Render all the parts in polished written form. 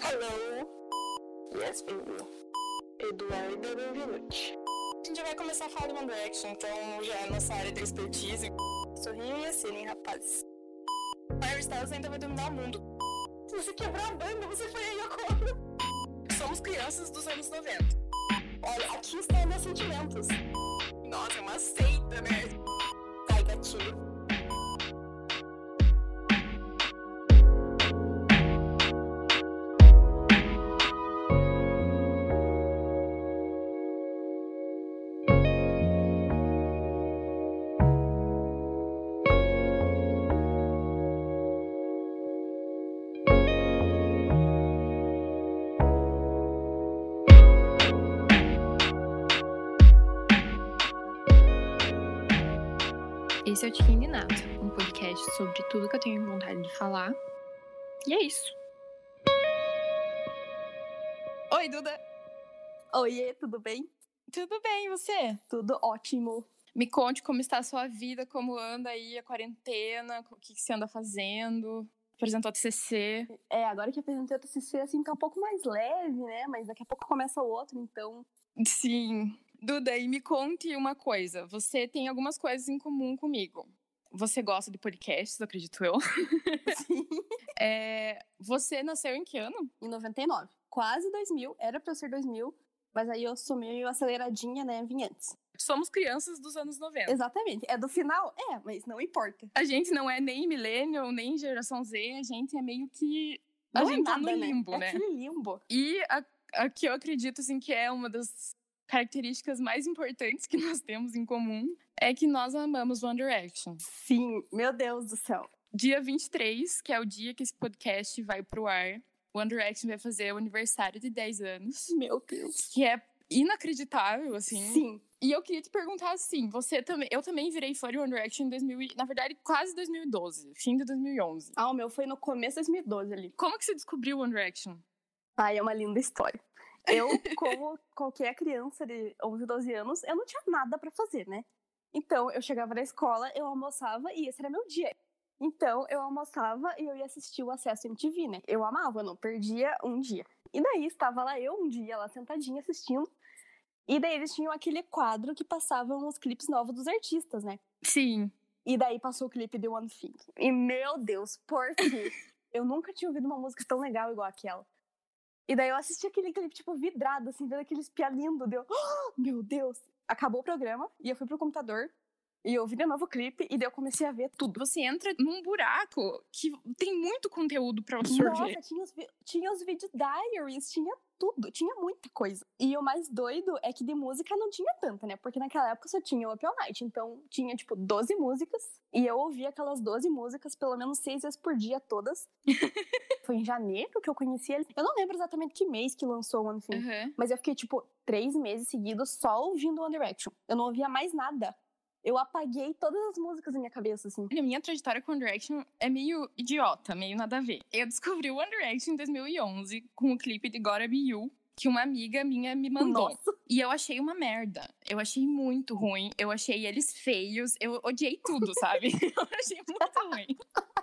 Hello. Yes, baby. Eduarda Benvenuti. A gente vai começar a falar do One Direction, então já é nossa área de expertise. Sorriam e assinem, rapazes. Harry Styles ainda vai dominar o mundo. Se você quebrar a banda, você foi aí a Somos crianças dos anos 90. Olha, aqui estão meus sentimentos. Nossa, é uma seita, né? Ai, gatinho. Esse é o Tiquinho de Nato, um podcast sobre tudo que eu tenho vontade de falar. E é isso. Oi, Duda. Oiê, tudo bem? Tudo bem, e você? Tudo ótimo. Me conte como está a sua vida, como anda aí a quarentena, o que você anda fazendo. Apresentou a TCC. Agora que apresentei o TCC, assim, tá um pouco mais leve, né? Mas daqui a pouco começa o outro, então... Sim. Duda, e me conte uma coisa. Você tem algumas coisas em comum comigo. Você gosta de podcasts, acredito eu. Sim. Você nasceu em que ano? Em 99. Quase 2000. Era pra eu ser 2000, mas aí eu sou meio aceleradinha, né? Vim antes. Somos crianças dos anos 90. Exatamente. É do final? Mas não importa. A gente não é nem millennial, nem geração Z. A gente é meio que... Não a gente nada, tá no limbo, né? É aquele limbo. E a que eu acredito, assim, que é uma das características mais importantes que nós temos em comum é que nós amamos One Direction. Sim, meu Deus do céu. Dia 23, que é o dia que esse podcast vai pro ar, One Direction vai fazer o aniversário de 10 anos. Meu Deus. Que é inacreditável, assim. Sim. E eu queria te perguntar assim, eu também virei fã de One Direction em na verdade, quase 2012, fim de 2011. O meu foi no começo de 2012 ali. Como que você descobriu One Direction? É uma linda história. Eu, como qualquer criança de 11, 12 anos, eu não tinha nada pra fazer, né? Então, eu chegava na escola, eu almoçava e esse era meu dia. Então, eu almoçava e eu ia assistir o Acesso MTV, né? Eu amava, eu não perdia um dia. E daí, estava lá eu um dia, lá sentadinha assistindo. E daí, eles tinham aquele quadro que passavam os clipes novos dos artistas, né? Sim. E daí, passou o clipe de One Thing. E, meu Deus, por quê? Eu nunca tinha ouvido uma música tão legal igual aquela. E daí eu assisti aquele clipe, tipo, vidrado, assim, vendo aqueles pia lindo, deu, meu Deus. Acabou o programa, e eu fui pro computador, e eu vi de novo o clipe, e daí eu comecei a ver tudo. Você entra num buraco que tem muito conteúdo pra absorver. Nossa, tinha os vídeo diaries, tinha tudo, tinha muita coisa. E o mais doido é que de música não tinha tanta, né? Porque naquela época só tinha o Up All Night, então tinha, tipo, 12 músicas, e eu ouvia aquelas 12 músicas pelo menos 6 vezes por dia, todas. Foi em janeiro que eu conheci ele. Eu não lembro exatamente que mês que lançou o One Thing, mas eu fiquei, tipo, 3 meses seguidos só ouvindo One Direction. Eu não ouvia mais nada. Eu apaguei todas as músicas da minha cabeça, assim. A minha trajetória com One Direction é meio idiota, meio nada a ver. Eu descobri o One Direction em 2011 com o clipe de Gotta Be You, que uma amiga minha me mandou. Nossa. E eu achei uma merda. Eu achei muito ruim. Eu achei eles feios. Eu odiei tudo, sabe? Eu achei muito ruim.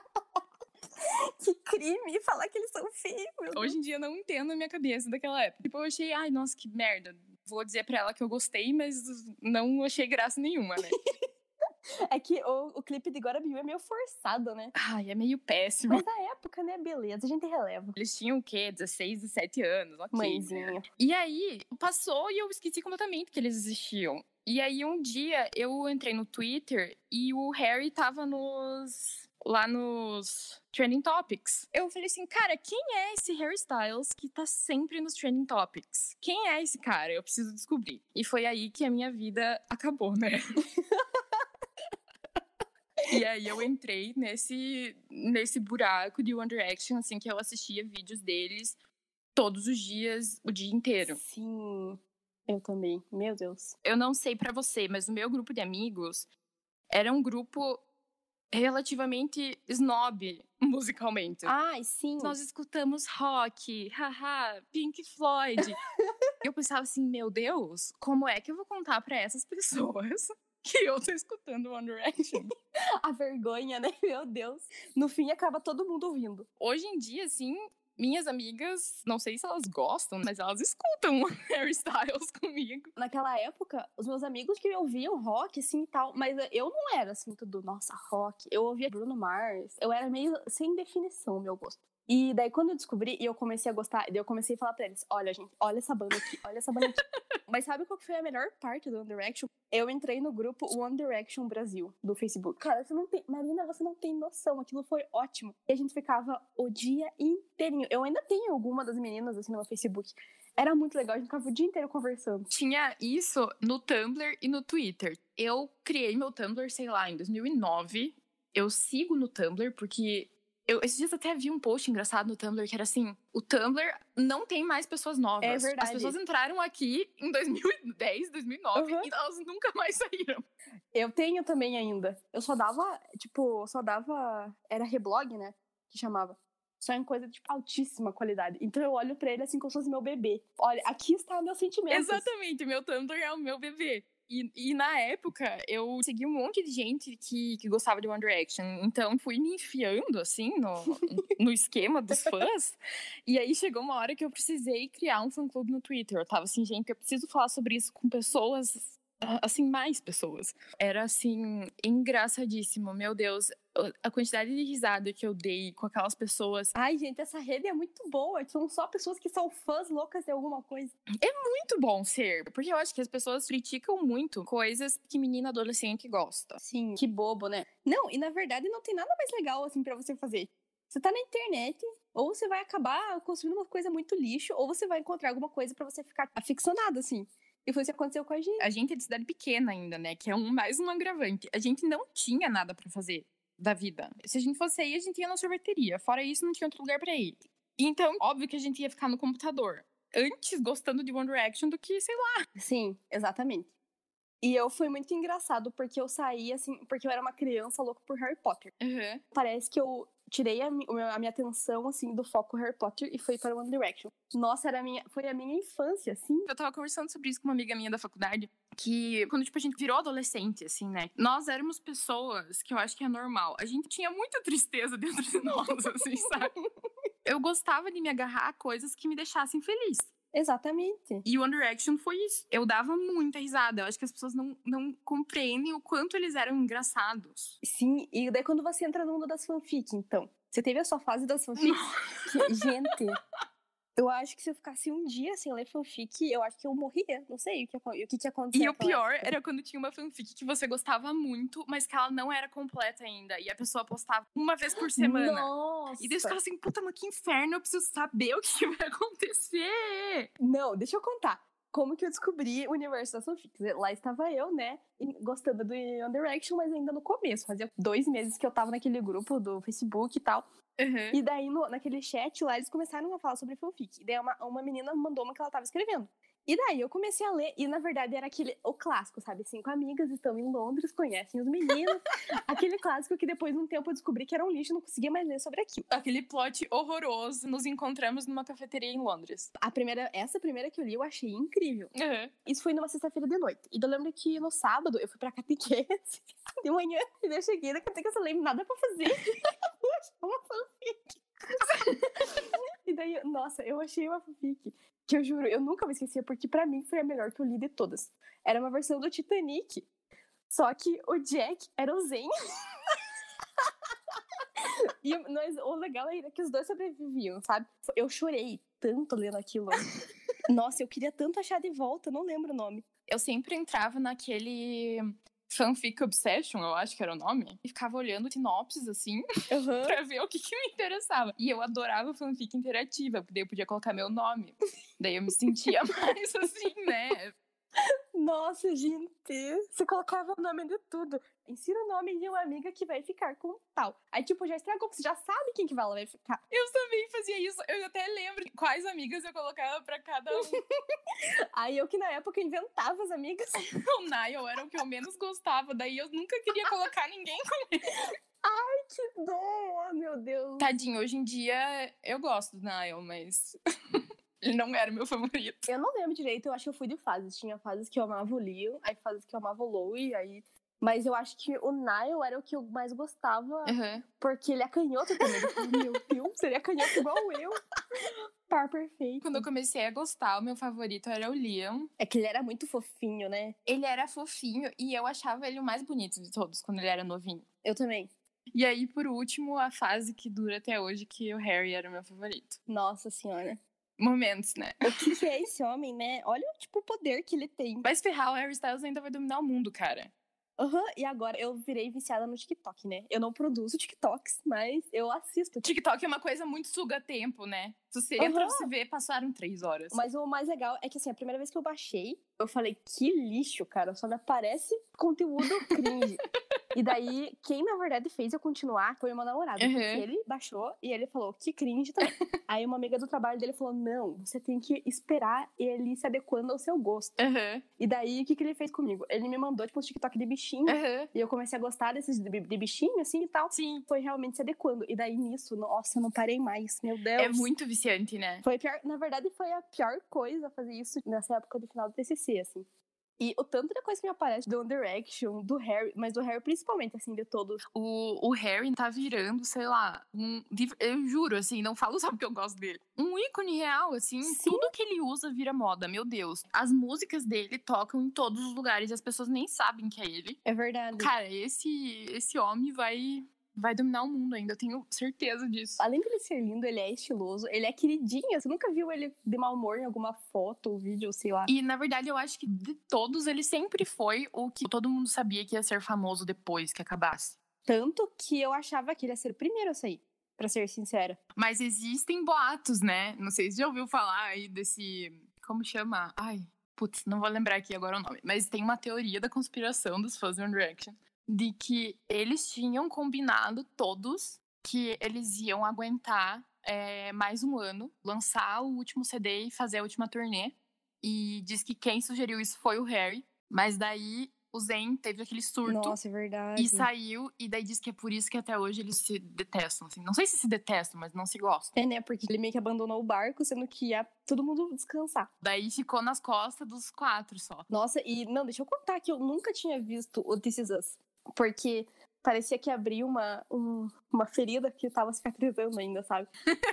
Que crime falar que eles são feios, meu Deus. Hoje em dia eu não entendo a minha cabeça daquela época. Tipo, eu achei, ai, nossa, que merda. Vou dizer pra ela que eu gostei, mas não achei graça nenhuma, né? É que o clipe de Gotta Be You é meio forçado, né? Ai, é meio péssimo. Mas na época, né, beleza, a gente releva. Eles tinham o quê? 16, 17 anos, ok. Mãezinha. E aí, passou e eu esqueci completamente que eles existiam. E aí, um dia, eu entrei no Twitter e o Harry tava lá nos Trending Topics. Eu falei assim, cara, quem é esse Harry Styles que tá sempre nos Trending Topics? Quem é esse cara? Eu preciso descobrir. E foi aí que a minha vida acabou, né? E aí eu entrei nesse buraco de One Direction, assim, que eu assistia vídeos deles todos os dias, o dia inteiro. Sim, eu também. Meu Deus. Eu não sei pra você, mas o meu grupo de amigos era um grupo relativamente snob musicalmente. Ai, sim. Nós escutamos rock, haha, Pink Floyd. Eu pensava assim, meu Deus, como é que eu vou contar pra essas pessoas que eu tô escutando One Direction? A vergonha, né? Meu Deus. No fim, acaba todo mundo ouvindo. Hoje em dia, assim, Minhas amigas, não sei se elas gostam, mas elas escutam Harry Styles comigo. Naquela época, os meus amigos que ouviam rock, assim, e tal, mas eu não era, assim, tudo, nossa, rock. Eu ouvia Bruno Mars, eu era meio sem definição o meu gosto. E daí, quando eu descobri e eu comecei a gostar, daí eu comecei a falar pra eles, olha, gente, olha essa banda aqui, olha essa banda aqui. Mas sabe qual que foi a melhor parte do One Direction? Eu entrei no grupo One Direction Brasil, do Facebook. Cara, Marina, você não tem noção, aquilo foi ótimo. E a gente ficava o dia inteirinho. Eu ainda tenho alguma das meninas, assim, no meu Facebook. Era muito legal, a gente ficava o dia inteiro conversando. Tinha isso no Tumblr e no Twitter. Eu criei meu Tumblr, sei lá, em 2009. Eu sigo no Tumblr porque... esses dias até vi um post engraçado no Tumblr que era assim, o Tumblr não tem mais pessoas novas. É verdade. As pessoas entraram aqui em 2010, 2009 e elas nunca mais saíram. Eu tenho também ainda. Eu só dava, era reblog, né, que chamava. Só em coisa de altíssima qualidade. Então eu olho pra ele assim como se fosse meu bebê. Olha, aqui está o meu sentimento. Exatamente, meu Tumblr é o meu bebê. E na época, eu segui um monte de gente que gostava de One Direction. Então, fui me enfiando, assim, no esquema dos fãs. E aí, chegou uma hora que eu precisei criar um fã-clube no Twitter. Eu tava assim, gente, eu preciso falar sobre isso com pessoas, assim, mais pessoas. Era, assim, engraçadíssimo. Meu Deus, a quantidade de risada que eu dei com aquelas pessoas. Ai, gente, essa rede é muito boa. São só pessoas que são fãs loucas de alguma coisa. É muito bom ser, porque eu acho que as pessoas criticam muito coisas que menina adolescente gosta. Sim, que bobo, né? Não, e na verdade não tem nada mais legal, assim, pra você fazer. Você tá na internet, ou você vai acabar consumindo uma coisa muito lixo, ou você vai encontrar alguma coisa pra você ficar aficionado, assim. E foi isso que aconteceu com a gente. A gente é de cidade pequena ainda, né? Que é mais um agravante. A gente não tinha nada pra fazer da vida. Se a gente fosse aí, a gente ia na sorveteria. Fora isso, não tinha outro lugar pra ir. Então, óbvio que a gente ia ficar no computador. Antes gostando de One Direction do que, sei lá. Sim, exatamente. E eu fui muito engraçado porque eu saí, assim, porque eu era uma criança louca por Harry Potter. Uhum. Parece que eu tirei a minha atenção, assim, do foco Harry Potter e foi para One Direction. Nossa, foi a minha infância, assim. Eu tava conversando sobre isso com uma amiga minha da faculdade, que quando, tipo, a gente virou adolescente, assim, né? Nós éramos pessoas que eu acho que é normal. A gente tinha muita tristeza dentro de nós, assim, sabe? Eu gostava de me agarrar a coisas que me deixassem feliz. Exatamente. E One Direction foi isso. Eu dava muita risada. Eu acho que as pessoas não compreendem o quanto eles eram engraçados. Sim, e daí quando você entra no mundo das fanfic, então. Você teve a sua fase das fanfics? Gente, eu acho que se eu ficasse um dia sem ler fanfic, eu acho que eu morria. Não sei o que aconteceu. E o pior era quando tinha uma fanfic que você gostava muito, mas que ela não era completa ainda. E a pessoa postava uma vez por semana. Nossa! E daí você ficava assim, puta, mas que inferno, eu preciso saber o que vai acontecer. Não, deixa eu contar. Como que eu descobri o universo das fanfics? Lá estava eu, né, gostando do One Direction, mas ainda no começo. Fazia 2 meses que eu tava naquele grupo do Facebook e tal. Uhum. E daí, naquele chat lá, eles começaram a falar sobre fanfic. E daí uma menina mandou uma que ela tava escrevendo. E daí eu comecei a ler, e na verdade era o clássico, sabe? 5 amigas estão em Londres, conhecem os meninos. Aquele clássico que depois de um tempo eu descobri que era um lixo, não conseguia mais ler sobre aquilo. Aquele plot horroroso, nos encontramos numa cafeteria em Londres. Essa primeira que eu li eu achei incrível. Uhum. Isso foi numa sexta-feira de noite. E eu lembro que no sábado eu fui pra catequese de manhã, e daí eu cheguei na catequese, eu lembro nada pra fazer. Eu achei uma fanfic. E daí, nossa, eu achei uma fanfic que eu juro, eu nunca me esquecia, porque pra mim foi a melhor que eu li de todas. Era uma versão do Titanic, só que o Jack era o Zen. E o legal era que os dois sobreviviam, sabe? Eu chorei tanto lendo aquilo. Nossa, eu queria tanto achar de volta, não lembro o nome. Eu sempre entrava naquele Fanfic Obsession, eu acho que era o nome, e ficava olhando sinopses, assim, pra ver o que me interessava. E eu adorava fanfic interativa, porque daí eu podia colocar meu nome. Daí eu me sentia mais assim, né? Nossa, gente, você colocava o nome de tudo. Insira o nome de uma amiga que vai ficar com tal. Aí, tipo, já estragou, você já sabe quem que ela vai ficar. Eu também fazia isso. Eu até lembro quais amigas eu colocava pra cada um. Aí eu que na época inventava as amigas. O Niall era o que eu menos gostava. Daí eu nunca queria colocar ninguém com ele. Ai, que dó, meu Deus. Tadinho, hoje em dia eu gosto do Niall, mas... ele não era meu favorito. Eu não lembro direito, eu acho que eu fui de fases. Tinha fases que eu amava o Leon, aí fases que eu amava o Louie, aí Mas eu acho que o Niall era o que eu mais gostava, Uhum. porque ele é canhoto também. Eu falei, meu Deus, ele é canhoto igual eu. Par perfeito. Quando eu comecei a gostar, o meu favorito era o Liam. É que ele era muito fofinho, né? Ele era fofinho e eu achava ele o mais bonito de todos quando ele era novinho. Eu também. E aí, por último, a fase que dura até hoje, que o Harry era o meu favorito. Nossa senhora. Momentos, né? O que é esse homem, né? Olha, tipo, o poder que ele tem. Vai se ferrar, o Harry Styles ainda vai dominar o mundo, cara. E agora eu virei viciada no TikTok, né? Eu não produzo TikToks, mas eu assisto. TikTok é uma coisa muito suga-tempo, né? Se você entra, você vê, passaram 3 horas. Mas o mais legal é que, assim, a primeira vez que eu baixei, eu falei, que lixo, cara. Só me aparece conteúdo cringe. E daí, quem na verdade fez eu continuar foi o meu namorado. Porque ele baixou e ele falou, que cringe também. Aí uma amiga do trabalho dele falou, não, você tem que esperar ele se adequando ao seu gosto. E daí, o que ele fez comigo? Ele me mandou, tipo, um TikTok de bichinho. E eu comecei a gostar desses de bichinho, assim, e tal. Sim. Foi realmente se adequando. E daí, nisso, nossa, eu não parei mais. Meu Deus. É muito viciante, né? Foi pior, na verdade, foi a pior coisa fazer isso nessa época do final do TCC, assim. E o tanto de coisa que me aparece do One Direction, do Harry, mas do Harry principalmente, assim, de todos. O Harry tá virando, sei lá, eu juro, assim, não falo só porque eu gosto dele. Um ícone real, assim, tudo que ele usa vira moda, meu Deus. As músicas dele tocam em todos os lugares e as pessoas nem sabem que é ele. É verdade. Cara, esse homem vai dominar o mundo ainda, eu tenho certeza disso. Além dele ser lindo, ele é estiloso, ele é queridinho. Você nunca viu ele de mau humor em alguma foto ou vídeo, sei lá. E, na verdade, eu acho que de todos, ele sempre foi o que todo mundo sabia que ia ser famoso depois que acabasse. Tanto que eu achava que ele ia ser o primeiro a sair, pra ser sincera. Mas existem boatos, né? Não sei se já ouviu falar aí desse... Como chama? Ai, putz, não vou lembrar aqui agora o nome. Mas tem uma teoria da conspiração dos fãs de One Direction de que eles tinham combinado todos que eles iam aguentar mais um ano, lançar o último CD e fazer a última turnê. E diz que quem sugeriu isso foi o Harry. Mas daí o Zayn teve aquele surto. Nossa, é verdade. E saiu, e daí diz que é por isso que até hoje eles se detestam, assim. Não sei se detestam, mas não se gostam. É, né? Porque ele meio que abandonou o barco, sendo que ia todo mundo descansar. Daí ficou nas costas dos 4 só. Nossa, e não, deixa eu contar que eu nunca tinha visto o This Is Us. Porque parecia que abria uma ferida que tava cicatrizando ainda, sabe?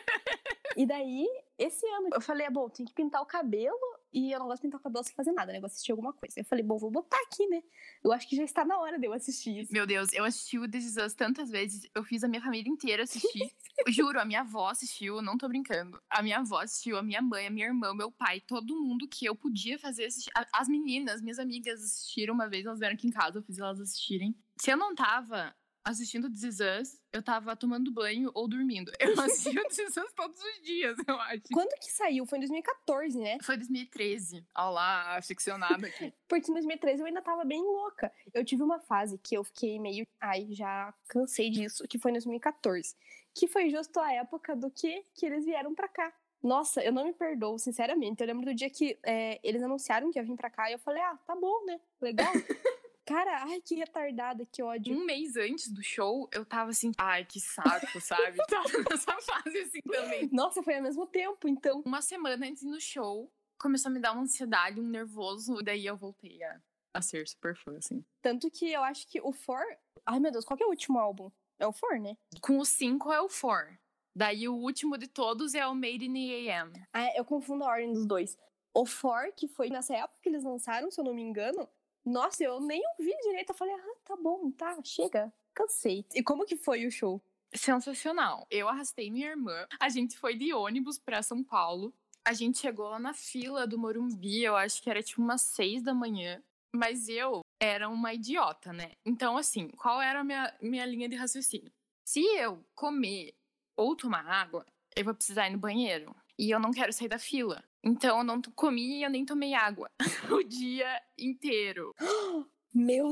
E daí, esse ano, eu falei, bom, tem que pintar o cabelo. E eu não gosto de pintar o cabelo sem fazer nada, né? Vou assistir alguma coisa. Eu falei, bom, vou botar aqui, né? Eu acho que já está na hora de eu assistir isso. Meu Deus, eu assisti o This Is Us tantas vezes. Eu fiz a minha família inteira assistir. Juro, a minha avó assistiu, não tô brincando. A minha avó assistiu, a minha mãe, a minha irmã, meu pai, todo mundo que eu podia fazer assistir. As meninas, minhas amigas assistiram uma vez, elas vieram aqui em casa, eu fiz elas assistirem. Se eu não tava assistindo This Is Us, eu tava tomando banho ou dormindo. Eu assistia This Is Us todos os dias, eu acho. Quando que saiu? Foi em 2014, né? Foi 2013. Olha lá, ficcionada aqui. Porque em 2013 eu ainda tava bem louca. Eu tive uma fase que eu fiquei meio... Ai, já cansei disso. Que foi em 2014. Que foi justo a época do que eles vieram pra cá. Nossa, eu não me perdoo, sinceramente. Eu lembro do dia que eles anunciaram que ia vir pra cá. E eu falei, tá bom, né? Legal. Cara, ai, que retardada, que ódio. Um mês antes do show, eu tava assim, ai, que saco, sabe? Tava nessa fase assim também. Nossa, foi ao mesmo tempo, então. Uma semana antes do show, começou a me dar uma ansiedade, um nervoso. E daí eu voltei a ser super fã, assim. Tanto que eu acho que o For... Ai, meu Deus, qual que é o último álbum? É o For, né? Com o 5 é o For. Daí o último de todos é o Made in AM. Ah, eu confundo a ordem dos dois. O For, que foi nessa época que eles lançaram, se eu não me engano... Nossa, eu nem ouvi direito. Eu falei, tá bom, tá, chega. Cansei. E como que foi o show? Sensacional. Eu arrastei minha irmã. A gente foi de ônibus pra São Paulo. A gente chegou lá na fila do Morumbi. Eu acho que era tipo umas 6 da manhã. Mas eu era uma idiota, né? Então, assim, qual era a minha linha de raciocínio? Se eu comer ou tomar água, eu vou precisar ir no banheiro. E eu não quero sair da fila. Então, eu não comi e eu nem tomei água o dia inteiro. Meu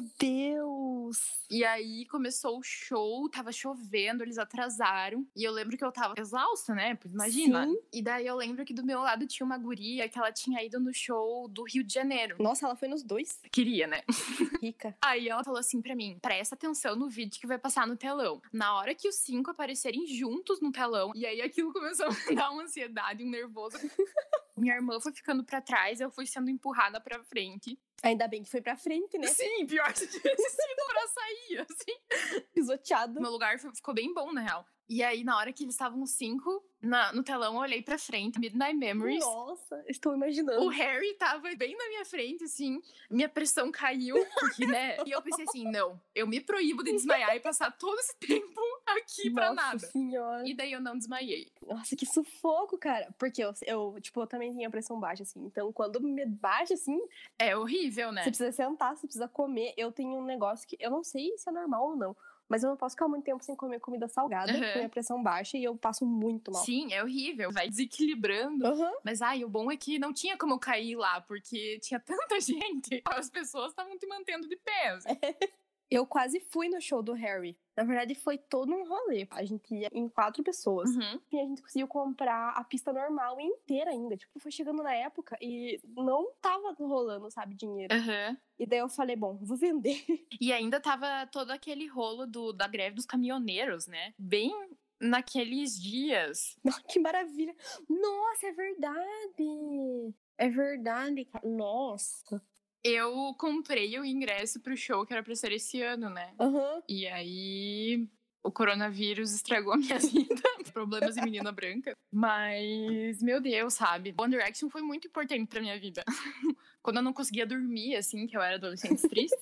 Deus! E aí, começou o show, tava chovendo, eles atrasaram. E eu lembro que eu tava exausta, né? Porque imagina. Sim. E daí, eu lembro que do meu lado tinha uma guria que ela tinha ido no show do Rio de Janeiro. Nossa, ela foi nos dois? Queria, né? Rica. Aí ela falou assim pra mim, presta atenção no vídeo que vai passar no telão. Na hora que os 5 aparecerem juntos no telão, e aí aquilo começou a me dar uma ansiedade, um nervoso. Minha irmã foi ficando pra trás, eu fui sendo empurrada pra frente. Ainda bem que foi pra frente, né? Sim, pior se tivesse sido pra sair, assim. Pisoteado. Meu lugar ficou bem bom, na real. E aí, na hora que eles estavam os 5 no telão, eu olhei pra frente, Midnight Memories. Nossa, estou imaginando. O Harry tava bem na minha frente, assim. Minha pressão caiu, porque, né? E eu pensei assim, não, eu me proíbo de desmaiar e passar todo esse tempo aqui pra nada. Nossa senhora. E daí eu não desmaiei. Nossa, que sufoco, cara. Porque eu também tinha pressão baixa, assim. Então, quando me baixa, assim... É horrível, né? Você precisa sentar, você precisa comer. Eu tenho um negócio que... Eu não sei se é normal ou não. Mas eu não posso ficar muito tempo sem comer comida salgada, com minha pressão baixa, e eu passo muito mal. Sim, é horrível. Vai desequilibrando. Mas, o bom é que não tinha como eu cair lá, porque tinha tanta gente. As pessoas estavam te mantendo de pé. Assim. Eu quase fui no show do Harry. Na verdade, foi todo um rolê. A gente ia em 4 pessoas. E a gente conseguiu comprar a pista normal inteira ainda. Tipo, foi chegando na época e não tava rolando, sabe, dinheiro. E daí eu falei, bom, vou vender. E ainda tava todo aquele rolo da greve dos caminhoneiros, né? Bem naqueles dias. Que maravilha. Nossa, é verdade. É verdade, cara. Nossa. Eu comprei o ingresso pro show que era pra ser esse ano, né? E aí, o coronavírus estragou a minha vida. Problemas de menina branca. Mas, meu Deus, sabe? One Direction foi muito importante pra minha vida. Quando eu não conseguia dormir, assim, que eu era adolescente triste,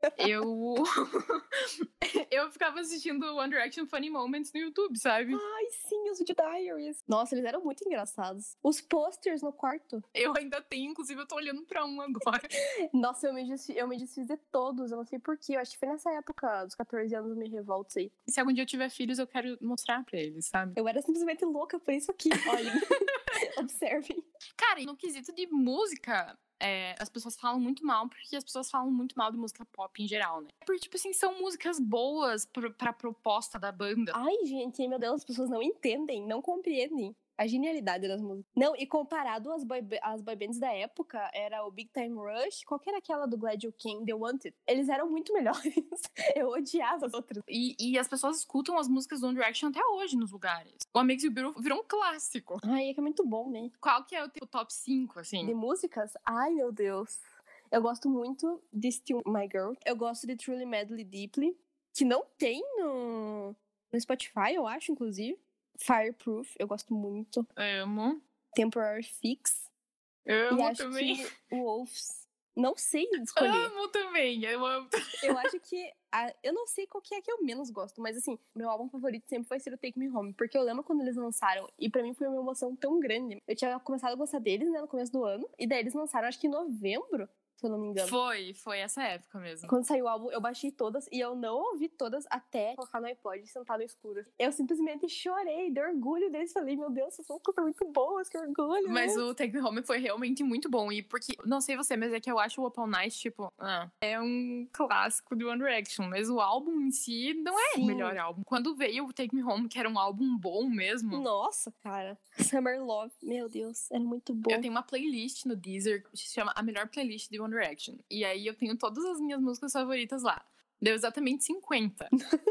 eu ficava assistindo One Direction Funny Moments no YouTube, sabe? Ai, sim, os Video Diaries. Nossa, eles eram muito engraçados. Os posters no quarto. Eu ainda tenho, inclusive eu tô olhando pra um agora. Nossa, eu me desfiz de todos, eu não sei porquê. Eu acho que foi nessa época dos 14 anos, eu me revolto aí. Se algum dia eu tiver filhos, eu quero mostrar pra eles, sabe? Eu era simplesmente louca por isso aqui, olha. Observem. Cara, e no quesito de música... as pessoas falam muito mal, porque as pessoas falam muito mal de música pop em geral, né? Porque, tipo assim, são músicas boas pra proposta da banda. Ai, gente, meu Deus, as pessoas não entendem, não compreendem a genialidade das músicas. Não, e comparado às boy bands da época, era o Big Time Rush, qual que era aquela do Glad You Came, The Wanted? Eles eram muito melhores. Eu odiava as outras. E as pessoas escutam as músicas do One Direction até hoje nos lugares. O What Makes You Beautiful virou um clássico. Ai, é que é muito bom, né? Qual que é o teu top 5, assim? De músicas? Ai, meu Deus. Eu gosto muito de Still My Girl. Eu gosto de Truly Madly Deeply, que não tem no Spotify, eu acho, inclusive. Fireproof, eu gosto muito. Amo. Temporary Fix. Amo e acho também. Que Wolves. Não sei escolher. Amo também, eu amo. Eu acho que... eu não sei qual que é que eu menos gosto, mas assim, meu álbum favorito sempre vai ser o Take Me Home, porque eu lembro quando eles lançaram, e pra mim foi uma emoção tão grande. Eu tinha começado a gostar deles, né, no começo do ano, e daí eles lançaram, acho que em novembro, se eu não me engano. Foi essa época mesmo. Quando saiu o álbum, eu baixei todas e eu não ouvi todas até colocar no iPod e sentar no escuro. Eu simplesmente chorei de orgulho deles. Falei, meu Deus, essas músicas são muito boas, que orgulho. Mas o Take Me Home foi realmente muito bom. E porque, não sei você, mas é que eu acho o Up All Night, tipo, é um clássico do One Direction. Mas o álbum em si não é o melhor álbum. Quando veio o Take Me Home, que era um álbum bom mesmo. Nossa, cara. Summer Love, meu Deus, era muito bom. Eu tenho uma playlist no Deezer que se chama A Melhor Playlist de One Direction. E aí eu tenho todas as minhas músicas favoritas lá. Deu exatamente 50.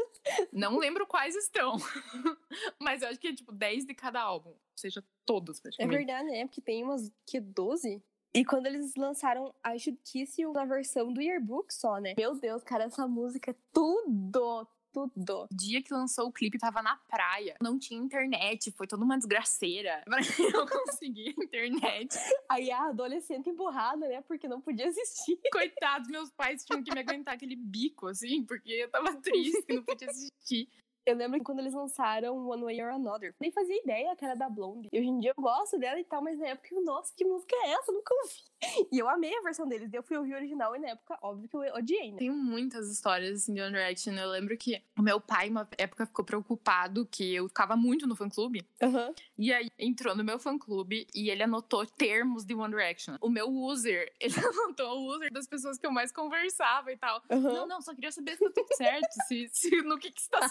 Não lembro quais estão. Mas eu acho que é tipo 10 de cada álbum. Ou seja, todos praticamente. É verdade, né? Porque tem umas que 12. E quando eles lançaram I Should Kiss You na versão do Yearbook só, né? Meu Deus, cara, essa música é tudo. O dia que lançou o clipe, tava na praia. Não tinha internet, foi toda uma desgraceira. Eu consegui internet. Aí a adolescente emburrada, né? Porque não podia assistir. Coitados, meus pais tinham que me aguentar aquele bico, assim, porque eu tava triste que não podia assistir. Eu lembro que quando eles lançaram One Way or Another, nem fazia ideia que era da Blondie. E hoje em dia eu gosto dela e tal, mas na época eu, nossa, que música é essa? Eu nunca ouvi. E eu amei a versão deles. Eu fui ouvir o original e na época, óbvio que eu odiei, né? Tenho muitas histórias assim de One Direction. Eu lembro que o meu pai, uma época, ficou preocupado que eu ficava muito no fã-clube. E aí entrou no meu fã-clube e ele anotou termos de One Direction. O meu user, ele anotou o user das pessoas que eu mais conversava e tal. Não, só queria saber se tá tudo certo, se no que você tá se metendo.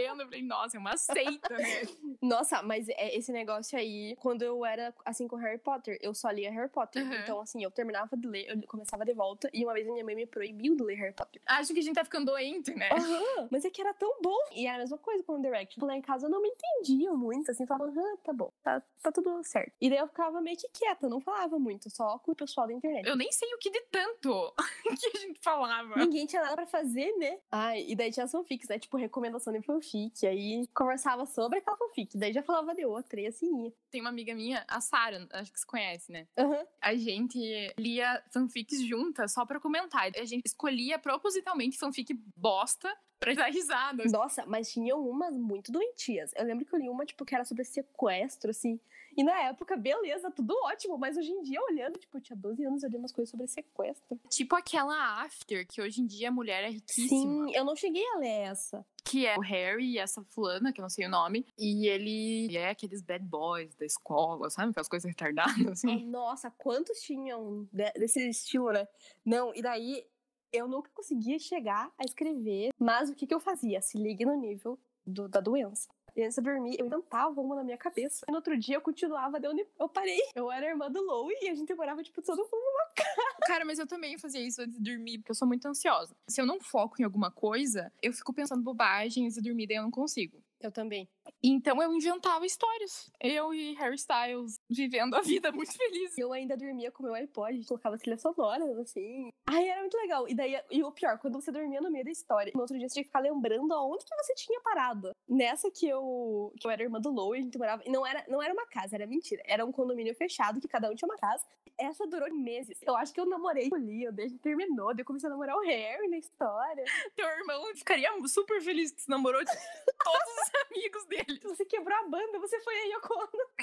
lendo, eu falei, nossa, é uma seita, né? Nossa, mas esse negócio aí, quando eu era assim com Harry Potter, eu só lia Harry Potter. Uhum. Então, assim, eu terminava de ler, eu começava de volta, e uma vez a minha mãe me proibiu de ler Harry Potter. Acho que a gente tá ficando doente, né? Aham, mas é que era tão bom. E era a mesma coisa com One Direction. Lá em casa eu não me entendia muito, assim, falava, tá bom, tá tudo certo. E daí eu ficava meio que quieta, não falava muito, só com o pessoal da internet. Eu nem sei o que de tanto que a gente falava. Ninguém tinha nada pra fazer, né? Ai, e daí tinha as fanfics, né? Tipo, recomendação de fanfic. Aí conversava sobre aquela fanfic. Daí já falava de outra e assim ia. Tem uma amiga minha, a Sarah, acho que você conhece, né? Aham. A gente lia fanfics juntas só pra comentar. A gente escolhia propositalmente fanfic bosta pra dar risada. Nossa, mas tinham umas muito doentias. Eu lembro que eu li uma, tipo, que era sobre sequestro, assim. E na época, beleza, tudo ótimo. Mas hoje em dia, olhando, tipo, eu tinha 12 anos, eu li umas coisas sobre sequestro. Tipo aquela After, que hoje em dia a mulher é riquíssima. Sim, eu não cheguei a ler essa. Que é o Harry e essa fulana, que eu não sei o nome. E ele é aqueles bad boys da escola, sabe? Aquelas coisas retardadas, assim. Nossa, quantos tinham desse estilo, né? Não, e daí eu nunca conseguia chegar a escrever. Mas o que eu fazia? Se ligue no nível da doença. E antes de dormir, eu inventava uma na minha cabeça. E no outro dia, eu continuava de onde eu parei. Eu era a irmã do Louie e a gente morava, tipo, todo mundo numa casa. Cara, mas eu também fazia isso antes de dormir, porque eu sou muito ansiosa. Se eu não foco em alguma coisa, eu fico pensando bobagem, antes de dormir, daí eu não consigo. Eu também. Então eu inventava histórias. Eu e Harry Styles vivendo a vida muito feliz. Eu ainda dormia com meu iPod, colocava trilha sonora, assim. Ai, era muito legal. E o pior, quando você dormia no meio da história, no outro dia você tinha que ficar lembrando aonde que você tinha parado. Nessa que eu era irmã do Louie, a gente morava. E não era uma casa, era mentira. Era um condomínio fechado, que cada um tinha uma casa. Essa durou meses. Eu acho que eu namorei o Leon, daí a gente terminou, daí eu comecei a namorar o Harry na história. Teu irmão ficaria super feliz que você namorou de todos os amigos dele. Você quebrou a banda, você foi a Yoko Ono.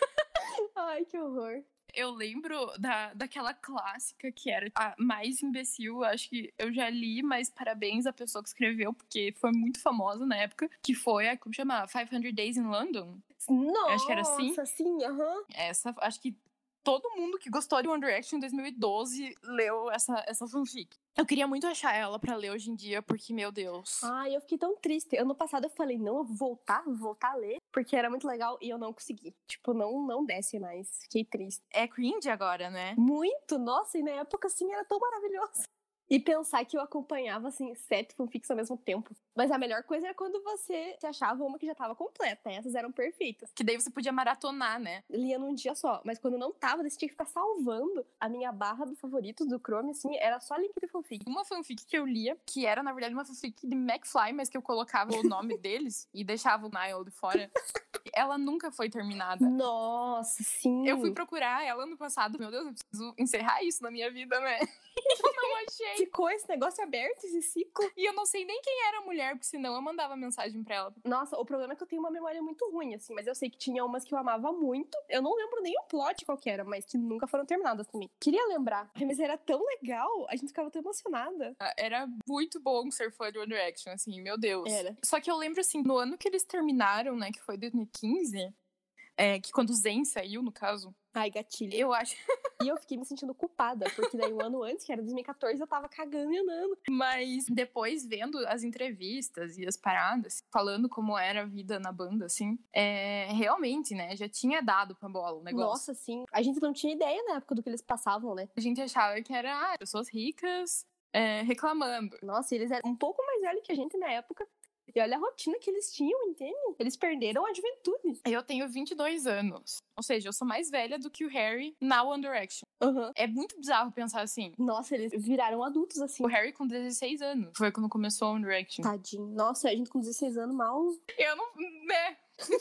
Ai, que horror. Eu lembro daquela clássica que era a mais imbecil, acho que eu já li, mas parabéns à pessoa que escreveu, porque foi muito famosa na época, que foi a, como chama? 500 Days in London? Nossa, acho que era assim. Sim, aham. Essa, acho que todo mundo que gostou de One Direction em 2012 leu essa fanfic. Eu queria muito achar ela pra ler hoje em dia, porque, meu Deus. Ai, eu fiquei tão triste. Ano passado eu falei, não, eu vou voltar a ler, porque era muito legal e eu não consegui. Tipo, não desce mais. Fiquei triste. É cringe agora, né? Muito, nossa, e na época, assim, era tão maravilhoso. E pensar que eu acompanhava, assim, 7 fanfics ao mesmo tempo. Mas a melhor coisa era quando você achava uma que já tava completa. Essas eram perfeitas. Que daí você podia maratonar, né? Lia num dia só. Mas quando não tava, você tinha que ficar salvando. A minha barra dos favoritos do Chrome, assim, era só link de fanfic. Uma fanfic que eu lia, que era, na verdade, uma fanfic de McFly, mas que eu colocava o nome deles e deixava o Niall de fora. Ela nunca foi terminada. Nossa, sim. Eu fui procurar ela no passado. Meu Deus, eu preciso encerrar isso na minha vida, né? Eu não achei. Ficou esse negócio aberto, esse ciclo. E eu não sei nem quem era a mulher, porque senão eu mandava mensagem pra ela. Nossa, o problema é que eu tenho uma memória muito ruim, assim, mas eu sei que tinha umas que eu amava muito. Eu não lembro nem o plot qual que era, mas que nunca foram terminadas também. Queria lembrar. Mas era tão legal, a gente ficava tão emocionada. Era muito bom ser fã de One Direction, assim, meu Deus. Era. Só que eu lembro, assim, no ano que eles terminaram, né, que foi 2015, que quando o Zayn saiu, no caso. Ai, gatilho. Eu acho. E eu fiquei me sentindo culpada, porque daí um ano antes, que era 2014, eu tava cagando e andando. Mas depois, vendo as entrevistas e as paradas, falando como era a vida na banda, assim, realmente, né, já tinha dado pra bola o negócio. Nossa, sim. A gente não tinha ideia na época do que eles passavam, né? A gente achava que era pessoas ricas reclamando. Nossa, eles eram um pouco mais velhos que a gente na época. E olha a rotina que eles tinham, entende? Eles perderam a juventude. Eu tenho 22 anos. Ou seja, eu sou mais velha do que o Harry na One Direction. Uhum. É muito bizarro pensar assim. Nossa, eles viraram adultos, assim. O Harry com 16 anos. Foi quando começou a One Direction. Tadinho. Nossa, a gente com 16 anos mal... Eu não... né?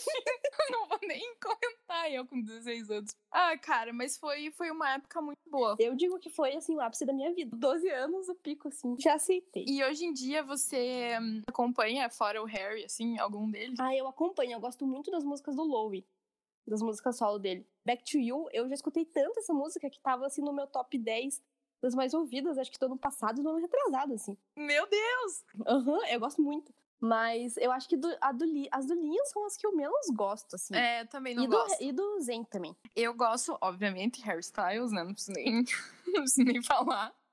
Não vou nem comentar eu com 16 anos. Ah, cara, mas foi uma época muito boa. Eu digo que foi, assim, o ápice da minha vida. 12 anos, o pico, assim. Já aceitei. E hoje em dia você acompanha, fora o Harry, assim, algum deles? Ah, eu acompanho. Eu gosto muito das músicas do Louie. Das músicas solo dele. Back to You, eu já escutei tanto essa música que tava, assim, no meu top 10 das mais ouvidas, acho que do ano passado e do ano retrasado, assim. Meu Deus! Aham, eu gosto muito. Mas eu acho que as do Liam são as que eu menos gosto, assim. Eu também não gosto. E do Zayn também. Eu gosto, obviamente, Harry Styles, né? Não preciso nem falar.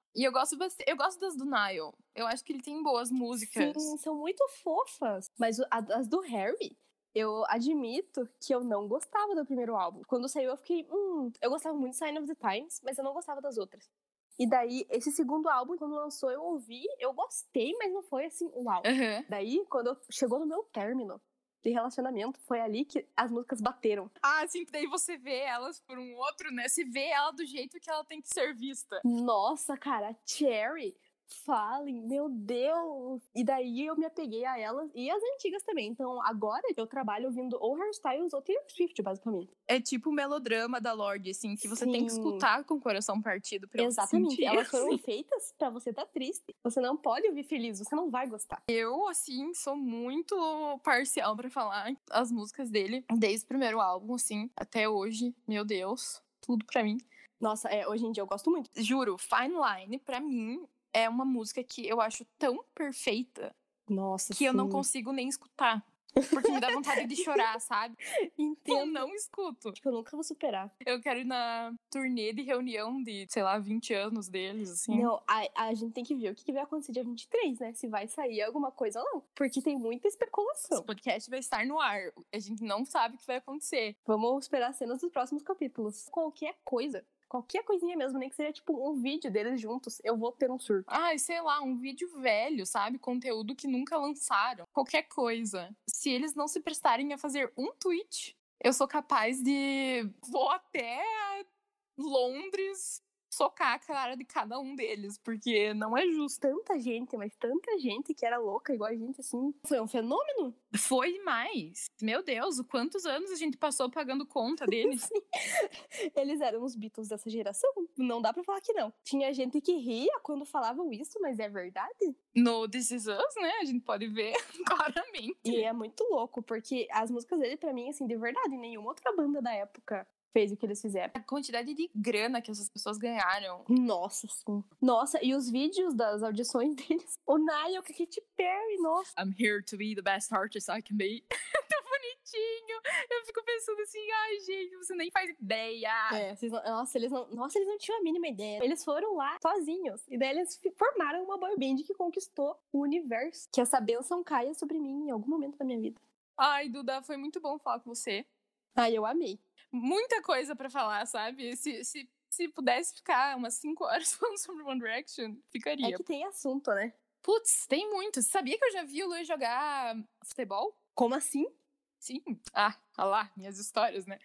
E eu gosto das do Niall. Eu acho que ele tem boas músicas. Sim, são muito fofas. Mas as do Harry, eu admito que eu não gostava do primeiro álbum. Quando saiu, eu fiquei, eu gostava muito de Sign of the Times, mas eu não gostava das outras. E daí, esse segundo álbum, quando lançou, eu ouvi, eu gostei, mas não foi assim, uau. Uhum. Daí, quando chegou no meu término de relacionamento, foi ali que as músicas bateram. Ah, sim, daí você vê elas por um outro, né? Você vê ela do jeito que ela tem que ser vista. Nossa, cara, Cherry, Fallen, meu Deus! E daí eu me apeguei a elas e as antigas também. Então agora eu trabalho ouvindo ou Hairstyles ou Taylor Swift, basicamente. É tipo o melodrama da Lorde, assim, que você tem que Sim. escutar com o coração partido pra Exatamente, você sentir. elas foram feitas pra você estar triste. Você não pode ouvir feliz, você não vai gostar. Eu, assim, sou muito parcial pra falar as músicas dele, desde o primeiro álbum, assim, até hoje. Meu Deus, tudo pra mim. Nossa, hoje em dia eu gosto muito. Juro, Fine Line, pra mim, é uma música que eu acho tão perfeita Nossa, que eu não consigo nem escutar. Porque me dá vontade de chorar, sabe? Entendo. Eu não escuto. Eu nunca vou superar. Eu quero ir na turnê de reunião de, sei lá, 20 anos deles, assim. Não, a gente tem que ver o que vai acontecer dia 23, né? Se vai sair alguma coisa ou não. Porque tem muita especulação. Esse podcast vai estar no ar. A gente não sabe o que vai acontecer. Vamos esperar cenas dos próximos capítulos. Qualquer coisinha mesmo, nem que seja tipo um vídeo deles juntos, eu vou ter um surto. Ai, sei lá, um vídeo velho, sabe? Conteúdo que nunca lançaram. Qualquer coisa. Se eles não se prestarem a fazer um tweet, eu sou capaz de... Vou até Londres socar a cara de cada um deles, porque não é justo. Tanta gente, mas tanta gente que era louca igual a gente, assim. Foi um fenômeno. Foi demais. Meu Deus, quantos anos a gente passou pagando conta deles? Eles eram os Beatles dessa geração. Não dá pra falar que não. Tinha gente que ria quando falavam isso, mas é verdade. No This Is Us, né? A gente pode ver claramente. E é muito louco, porque as músicas dele, pra mim, assim, de verdade, nenhuma outra banda da época fez o que eles fizeram. A quantidade de grana que essas pessoas ganharam. Nossa, sim. Nossa, e os vídeos das audições deles. O Niall com a Katy Perry, nossa. I'm here to be the best artist I can be. Tão bonitinho. Eu fico pensando assim, ai, gente, você nem faz ideia. Eles não tinham a mínima ideia. Eles foram lá sozinhos. E daí eles formaram uma boy band que conquistou o universo. Que essa bênção caia sobre mim em algum momento da minha vida. Ai, Duda, foi muito bom falar com você. Ai, eu amei. Muita coisa pra falar, sabe? Se pudesse ficar umas 5 horas falando sobre One Direction, ficaria. É que tem assunto, né? Putz, tem muito. Você sabia que eu já vi o Luiz jogar futebol? Como assim? Sim. Ah, olha lá, minhas histórias, né?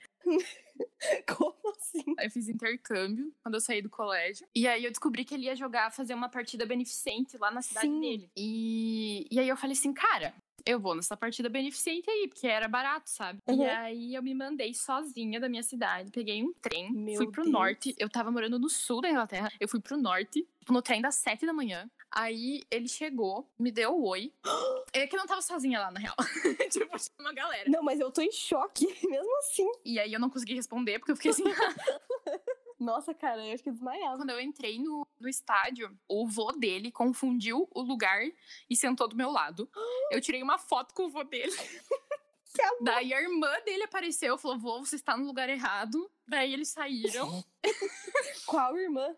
Como assim? Eu fiz intercâmbio quando eu saí do colégio. E aí eu descobri que ele ia fazer uma partida beneficente lá na cidade dele. E aí eu falei assim, cara, eu vou nessa partida beneficente aí, porque era barato, sabe? Uhum. E aí eu me mandei sozinha da minha cidade, peguei um trem, fui pro Deus. norte. Eu tava morando no sul da Inglaterra, eu fui pro norte, no trem das 7 da manhã. Aí ele chegou, me deu o oi. É que eu não tava sozinha lá, na real. Tipo, tinha uma galera. Não, mas eu tô em choque, mesmo assim. E aí eu não consegui responder, porque eu fiquei assim... Nossa, cara, eu acho que eu desmaiava. Quando eu entrei no estádio, o vô dele confundiu o lugar e sentou do meu lado. Eu tirei uma foto com o vô dele. Daí a irmã dele apareceu, falou, vô, você está no lugar errado. Daí eles saíram. Qual irmã?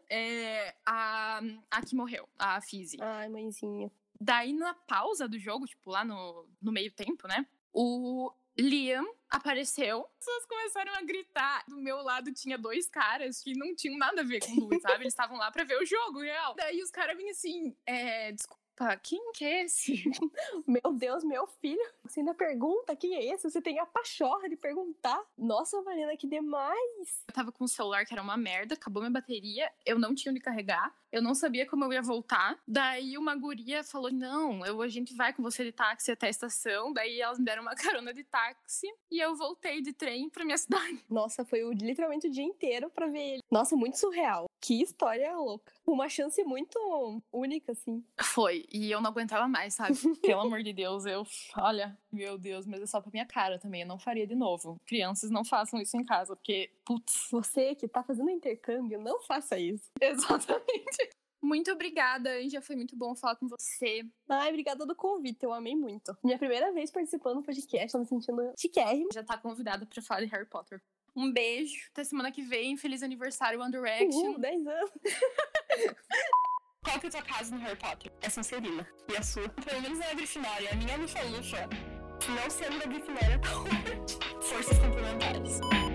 A que morreu, a Fizzy. Ai, mãezinha. Daí na pausa do jogo, tipo lá no meio tempo, né? O Liam apareceu, as pessoas começaram a gritar. Do meu lado tinha 2 caras que não tinham nada a ver com o Luiz, sabe? Eles estavam lá pra ver o jogo, real. Daí os caras vinham assim, desculpa, quem que é esse? Meu Deus, meu filho. Você ainda pergunta quem é esse? Você tem a pachorra de perguntar. Nossa, Marina, que demais. Eu tava com o celular que era uma merda, acabou minha bateria, eu não tinha onde carregar, eu não sabia como eu ia voltar. Daí uma guria falou, não, a gente vai com você de táxi até a estação. Daí elas me deram uma carona de táxi e eu voltei de trem pra minha cidade. Nossa, foi literalmente o dia inteiro pra ver ele. Nossa, muito surreal. Que história louca. Uma chance muito única, assim. Foi, e eu não aguentava mais, sabe? Pelo amor de Deus, olha, meu Deus, mas é só pra minha cara também, eu não faria de novo. Crianças, não façam isso em casa, porque, putz. Você que tá fazendo intercâmbio, não faça isso. Exatamente. Muito obrigada, Anja, foi muito bom falar com você. Ai, obrigada do convite, eu amei muito. Minha primeira vez participando do podcast, tô me sentindo chiquérrima. Já tá convidada pra falar de Harry Potter. Um beijo, até semana que vem, feliz aniversário One Direction. 10 anos. que é a tua casa no Harry Potter? É Sonserina. E a sua? Pelo menos é a Grifinória. A minha Lufa-Lufa, não sendo da Grifinória, tá forças complementares.